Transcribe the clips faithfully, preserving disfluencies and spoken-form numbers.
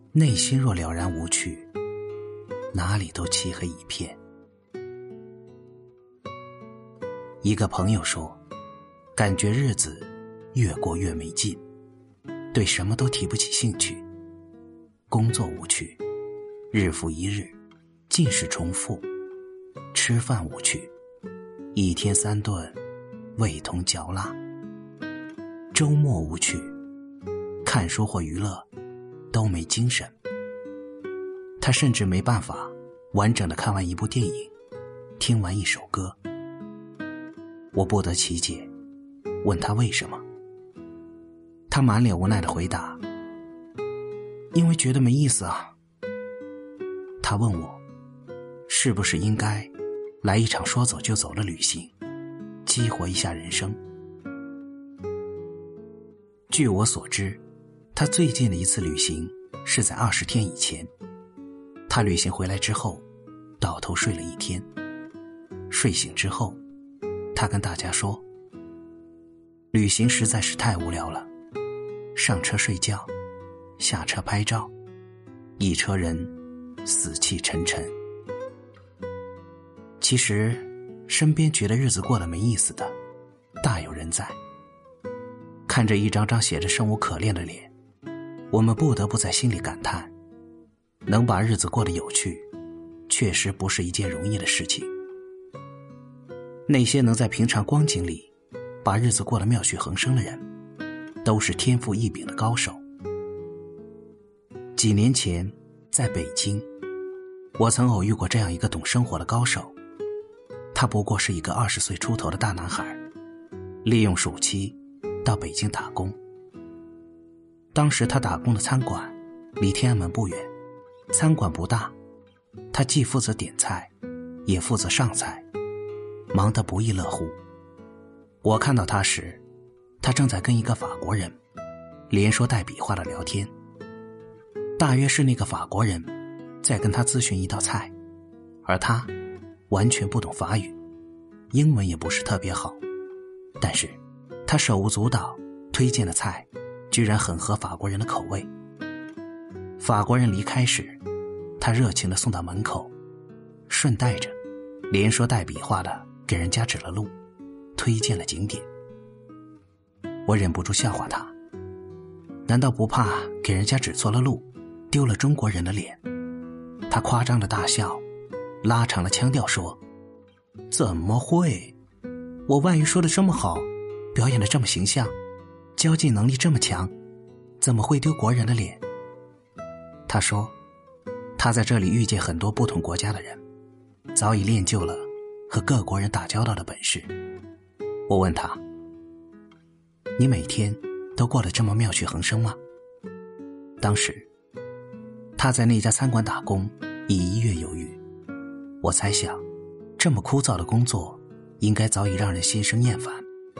内心若了然无趣，哪里都漆黑一片。一个朋友说，感觉日子越过越没劲，对什么都提不起兴趣，工作无趣，日复一日，尽是重复，吃饭无趣，一天三顿，味同嚼蜡，周末无趣，看书或娱乐都没精神。他甚至没办法完整的看完一部电影，听完一首歌。我不得其解，问他为什么。他满脸无奈的回答，因为觉得没意思啊。他问我，是不是应该来一场说走就走的旅行，激活一下人生。据我所知，他最近的一次旅行是在二十天以前。他旅行回来之后，倒头睡了一天。睡醒之后，他跟大家说，旅行实在是太无聊了，上车睡觉，下车拍照，一车人死气沉沉。其实身边觉得日子过得没意思的大有人在。看着一张张写着生无可恋的脸，我们不得不在心里感叹，能把日子过得有趣，确实不是一件容易的事情。那些能在平常光景里把日子过得妙趣横生的人，都是天赋异禀的高手。几年前在北京，我曾偶遇过这样一个懂生活的高手。他不过是一个二十岁出头的大男孩，利用暑期到北京打工。当时他打工的餐馆离天安门不远，餐馆不大，他既负责点菜，也负责上菜，忙得不亦乐乎。我看到他时，他正在跟一个法国人连说带比划的聊天。大约是那个法国人在跟他咨询一道菜，而他完全不懂法语，英文也不是特别好，但是他手舞足蹈推荐的菜居然很合法国人的口味。法国人离开时，他热情地送到门口，顺带着连说带比划的给人家指了路，推荐了景点。我忍不住笑话他，难道不怕给人家指错了路，丢了中国人的脸？他夸张的大笑，拉长了腔调说，怎么会？我外语说得这么好，表演得这么形象，交际能力这么强，怎么会丢国人的脸？他说，他在这里遇见很多不同国家的人，早已练就了和各国人打交道的本事。我问他，你每天都过得这么妙趣横生吗？当时他在那家餐馆打工已一月有余，我猜想这么枯燥的工作应该早已让人心生厌烦。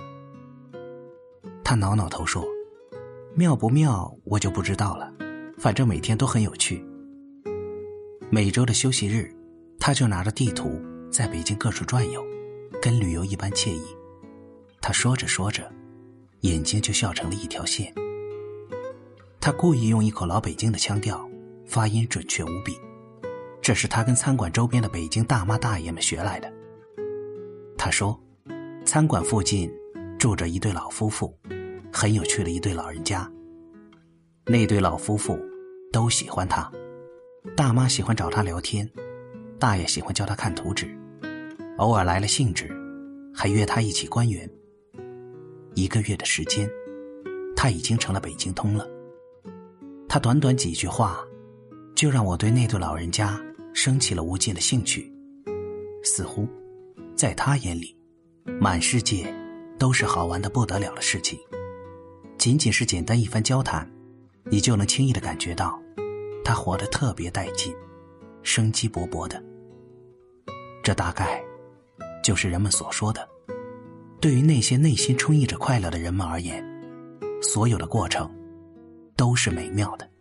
他挠挠头说，妙不妙我就不知道了，反正每天都很有趣。每周的休息日，他就拿着地图在北京各处转悠，跟旅游一般惬意。他说着说着，眼睛就笑成了一条线。他故意用一口老北京的腔调，发音准确无比，这是他跟餐馆周边的北京大妈大爷们学来的。他说，餐馆附近住着一对老夫妇，很有趣的一对老人家。那对老夫妇都喜欢他，大妈喜欢找他聊天，大爷喜欢教他看图纸，偶尔来了兴致，还约他一起观园。一个月的时间，他已经成了北京通了。他短短几句话，就让我对那对老人家升起了无尽的兴趣。似乎在他眼里，满世界都是好玩的不得了的事情，仅仅是简单一番交谈，你就能轻易地感觉到他活得特别带劲，生机勃勃的。这大概就是人们所说的，对于那些内心充溢着快乐的人们而言，所有的过程都是美妙的。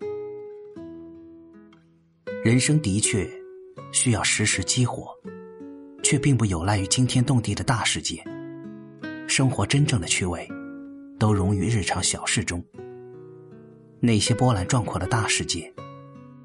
人生的确需要时时激活，却并不有赖于惊天动地的大事件。生活真正的趣味都融于日常小事中。那些波澜壮阔的大事件，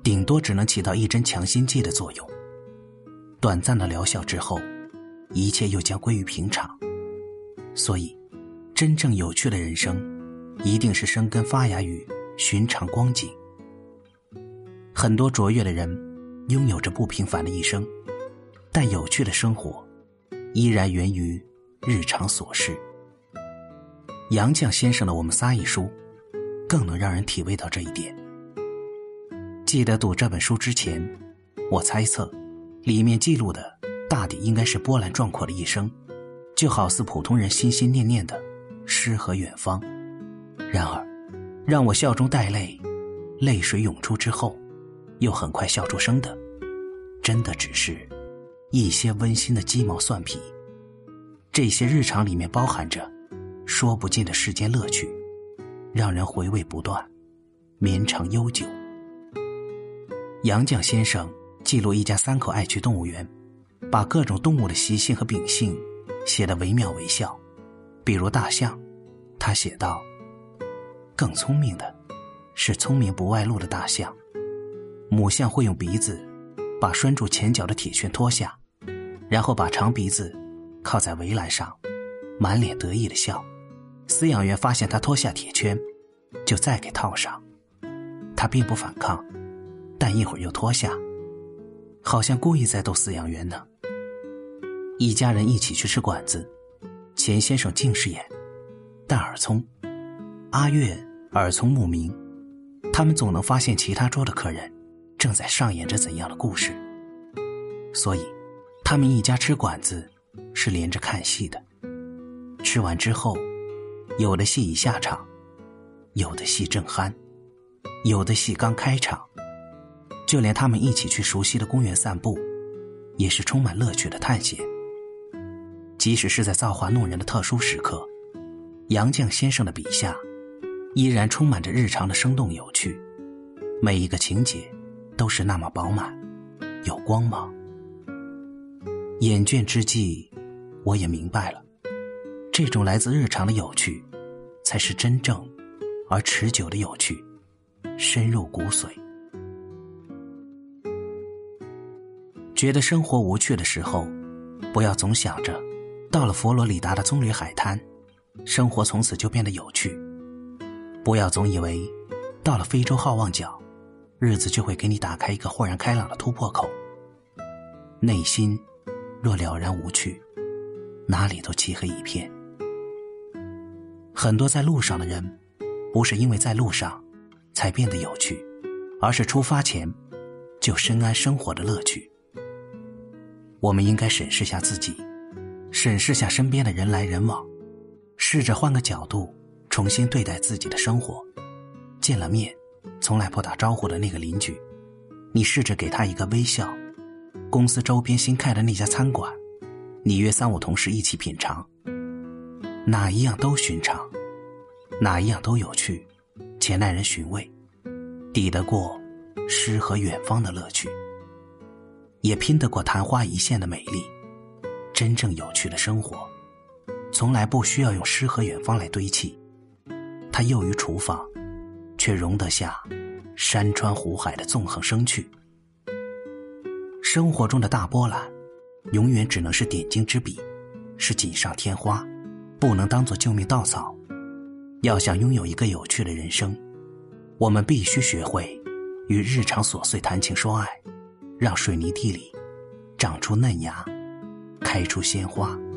顶多只能起到一针强心剂的作用。短暂的疗效之后，一切又将归于平常。所以，真正有趣的人生，一定是生根发芽于寻常光景。很多卓越的人拥有着不平凡的一生，但有趣的生活依然源于日常琐事。杨绛先生的《我们仨》一书更能让人体味到这一点。记得读这本书之前，我猜测里面记录的大抵应该是波澜壮阔的一生，就好似普通人心心念念的诗和远方。然而让我笑中带泪，泪水涌出之后又很快笑出声的，真的只是一些温馨的鸡毛蒜皮。这些日常里面包含着说不尽的世间乐趣，让人回味不断，绵长悠久。杨绛先生记录一家三口爱去动物园，把各种动物的习性和秉性写得惟妙惟肖。比如大象，他写道：更聪明的是聪明不外露的大象，母象会用鼻子把拴住前脚的铁圈脱下，然后把长鼻子靠在围栏上，满脸得意地笑。饲养员发现他脱下铁圈，就再给套上。他并不反抗，但一会儿又脱下，好像故意在逗饲养员呢。一家人一起去吃馆子，钱先生近视眼，但耳聪，阿月耳聪目明，他们总能发现其他桌的客人正在上演着怎样的故事。所以他们一家吃馆子是连着看戏的。吃完之后，有的戏已下场，有的戏正酣，有的戏刚开场。就连他们一起去熟悉的公园散步，也是充满乐趣的探险。即使是在造化弄人的特殊时刻，杨绛先生的笔下依然充满着日常的生动有趣，每一个情节都是那么饱满，有光芒。眼倦之际，我也明白了，这种来自日常的有趣，才是真正而持久的有趣，深入骨髓。觉得生活无趣的时候，不要总想着到了佛罗里达的棕榈海滩，生活从此就变得有趣。不要总以为到了非洲好望角，日子就会给你打开一个豁然开朗的突破口。内心若了然无趣，哪里都漆黑一片。很多在路上的人，不是因为在路上才变得有趣，而是出发前就深谙生活的乐趣。我们应该审视下自己，审视下身边的人来人往，试着换个角度重新对待自己的生活。见了面从来不打招呼的那个邻居，你试着给他一个微笑。公司周边新开的那家餐馆，你约三五同事一起品尝。哪一样都寻常，哪一样都有趣，且耐人寻味，抵得过诗和远方的乐趣，也拼得过昙花一现的美丽。真正有趣的生活，从来不需要用诗和远方来堆砌，它囿于厨房，却容得下山川湖海的纵横生趣。生活中的大波澜，永远只能是点睛之笔，是锦上添花，不能当作救命稻草。要想拥有一个有趣的人生，我们必须学会与日常琐碎谈情说爱，让水泥地里长出嫩芽，开出鲜花。